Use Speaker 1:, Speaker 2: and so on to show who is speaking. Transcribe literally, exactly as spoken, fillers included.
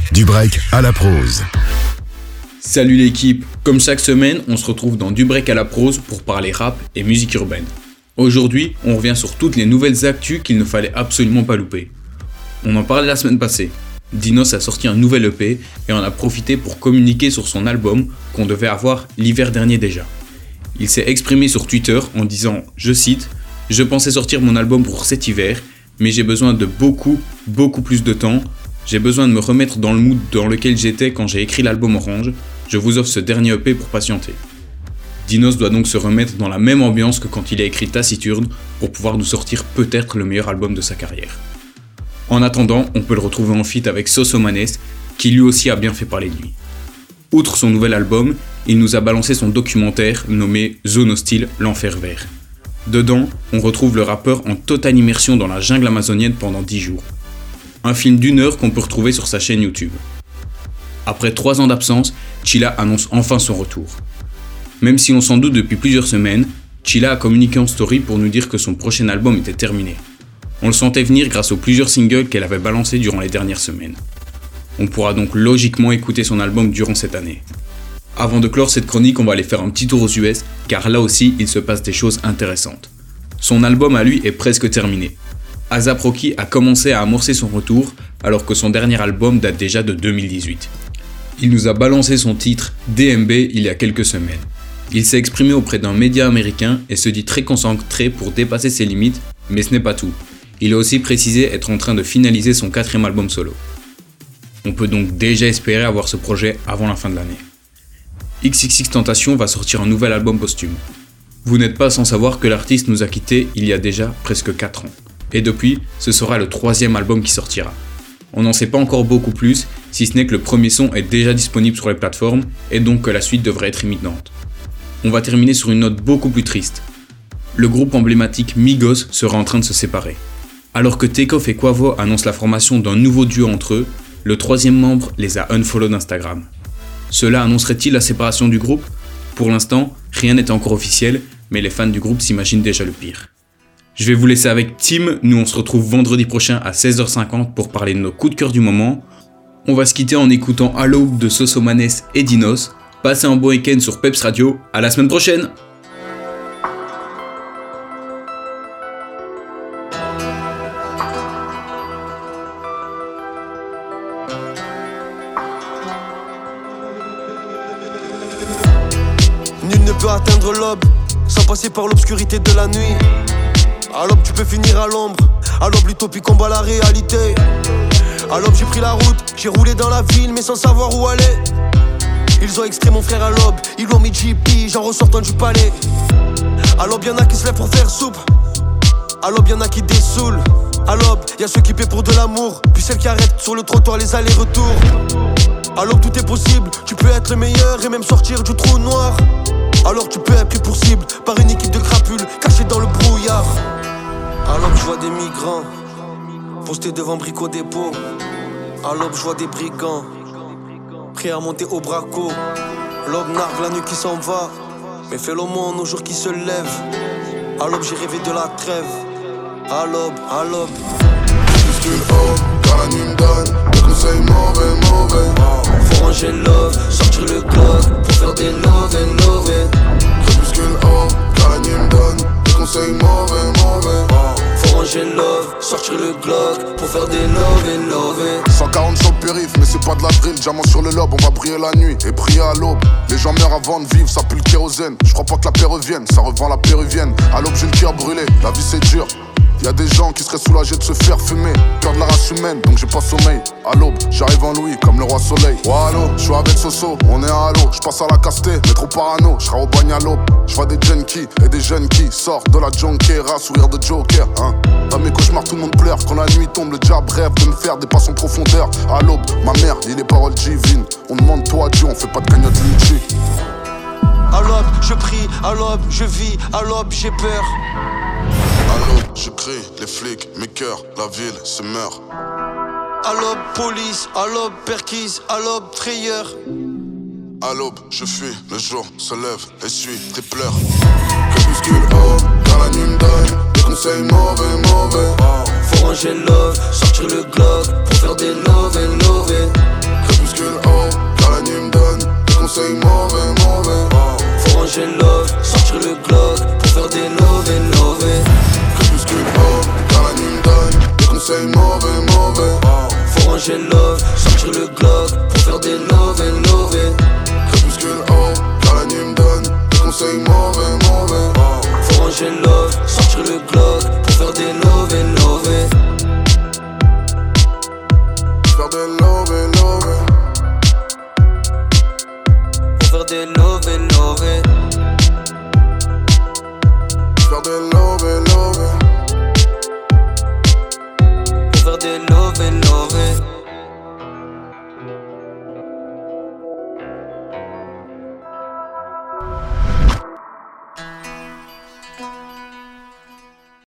Speaker 1: Du break à la prose.
Speaker 2: Salut l'équipe, comme chaque semaine, on se retrouve dans Du break à la prose pour parler rap et musique urbaine. Aujourd'hui, on revient sur toutes les nouvelles actus qu'il ne fallait absolument pas louper. On en parlait la semaine passée. Dinos a sorti un nouvel E P et en a profité pour communiquer sur son album qu'on devait avoir l'hiver dernier déjà. Il s'est exprimé sur Twitter en disant, je cite, « Je pensais sortir mon album pour cet hiver, mais j'ai besoin de beaucoup, beaucoup plus de temps. J'ai besoin de me remettre dans le mood dans lequel j'étais quand j'ai écrit l'album Orange. Je vous offre ce dernier E P pour patienter. » Dinos doit donc se remettre dans la même ambiance que quand il a écrit Taciturne pour pouvoir nous sortir peut-être le meilleur album de sa carrière. En attendant, on peut le retrouver en feat avec Sosomanes, qui lui aussi a bien fait parler de lui. Outre son nouvel album, il nous a balancé son documentaire nommé Zone Hostile, l'Enfer Vert. Dedans, on retrouve le rappeur en totale immersion dans la jungle amazonienne pendant dix jours. Un film d'une heure qu'on peut retrouver sur sa chaîne YouTube. Après trois ans d'absence, Chilla annonce enfin son retour. Même si on s'en doute depuis plusieurs semaines, Chilla a communiqué en story pour nous dire que son prochain album était terminé. On le sentait venir grâce aux plusieurs singles qu'elle avait balancés durant les dernières semaines. On pourra donc logiquement écouter son album durant cette année. Avant de clore cette chronique, on va aller faire un petit tour aux U S, car là aussi il se passe des choses intéressantes. Son album à lui est presque terminé. A$ap Rocky a commencé à amorcer son retour, alors que son dernier album date déjà de deux mille dix-huit. Il nous a balancé son titre D M B il y a quelques semaines. Il s'est exprimé auprès d'un média américain et se dit très concentré pour dépasser ses limites, mais ce n'est pas tout. Il a aussi précisé être en train de finaliser son quatrième album solo. On peut donc déjà espérer avoir ce projet avant la fin de l'année. X X X Tentation va sortir un nouvel album posthume. Vous n'êtes pas sans savoir que l'artiste nous a quittés il y a déjà presque quatre ans. Et depuis, ce sera le troisième album qui sortira. On n'en sait pas encore beaucoup plus, si ce n'est que le premier son est déjà disponible sur les plateformes, et donc que la suite devrait être imminente. On va terminer sur une note beaucoup plus triste. Le groupe emblématique Migos sera en train de se séparer. Alors que Takeoff et Quavo annoncent la formation d'un nouveau duo entre eux, le troisième membre les a unfollow d'Instagram. Cela annoncerait-il la séparation du groupe ? Pour l'instant, rien n'est encore officiel, mais les fans du groupe s'imaginent déjà le pire. Je vais vous laisser avec Tim, nous on se retrouve vendredi prochain à seize heures cinquante pour parler de nos coups de cœur du moment. On va se quitter en écoutant À l'aube de Sosomanes et Dinos. Passez un bon week-end sur Peps Radio, à la semaine prochaine.
Speaker 3: Nul ne peut atteindre l'aube sans passer par l'obscurité de la nuit. À l'aube tu peux finir à l'ombre, à l'aube l'utopie combat la réalité. À l'aube j'ai pris la route, j'ai roulé dans la ville mais sans savoir où aller. Ils ont extrait mon frère à l'aube, ils l'ont mis J P, j'en ressortant du palais. À l'aube y'en a qui se lèvent pour faire soupe, à l'aube y'en a qui dessoulent. À l'aube y'a ceux qui paient pour de l'amour, puis celles qui arrêtent sur le trottoir les allers-retours. À l'aube tout est possible, tu peux être le meilleur et même sortir du trou noir. Alors tu peux être pris pour cible par une équipe de crapules cachée dans le brouillard. À l'aube je vois des migrants postés devant Brico Dépôt. À l'aube je vois des brigands prêts à monter au braco. L'aube nargue la nuit qui s'en va, mais fait l'aumône au jour qui se lève. À l'aube j'ai rêvé de la trêve. À l'aube, à l'aube.
Speaker 4: Crépuscule haut, car la nuit me donne des conseils mauvais, mauvais.
Speaker 3: Faut ranger love, sortir le Glock pour faire des love and love.
Speaker 4: Crépuscule haut, car la nuit me donne des conseils mauvais, mauvais.
Speaker 3: Faut ranger love, sortir le Glock pour faire des love and love.
Speaker 4: cent quarante sur le périph', mais c'est pas de la drill. Diamant sur le lobe, on va briller la nuit et briller à l'aube. Les gens meurent avant de vivre, ça pue le kérosène. Je crois pas que la paix revienne, ça revend la péruvienne. À l'aube j'ai une pierre brûlée, la vie c'est dur. Y'a des gens qui seraient soulagés de se faire fumer. Peur de la race humaine, donc j'ai pas sommeil. À l'aube, j'arrive en Louis comme le roi soleil. Oh allô, j'suis avec Soso, on est à l'eau. J'passe à la casté, mais trop parano. J'serai au bagne à l'aube. J'vois des junkies et des jeunes qui sortent de la junkiera, sourire de Joker, hein. Dans mes cauchemars, tout le monde pleure. Quand la nuit tombe, le diable rêve de me faire des passes en profondeur. À l'aube, ma mère lit les paroles divines. On demande toi Dieu, on fait pas de cagnotte Luigi.
Speaker 3: À l'aube, je prie, à l'aube, je vis, à l'aube, j'ai peur.
Speaker 4: À l'aube, je crie, les flics, mes cœurs, la ville se meurt.
Speaker 3: À l'aube, police, à l'aube, perquise, à l'aube, frayeur.
Speaker 4: À l'aube, je fuis, le jour se lève, essuie, tes pleurs. Crépuscule haut, car la nuit me donne des conseils mauvais, mauvais.
Speaker 3: Faut ranger love, sortir le Glock pour faire des love and love. ranger love, sortir le Glock pour faire des love et love.
Speaker 4: Crépuscule haut, car la nuit me donne des conseils mauvais, mauvais.
Speaker 3: Faut ranger love, sortir le Glock pour faire des love et love.
Speaker 4: Faire des love et love.
Speaker 3: Pour faire des love et love.
Speaker 4: Faire des love et love.
Speaker 3: Pour faire des love et love.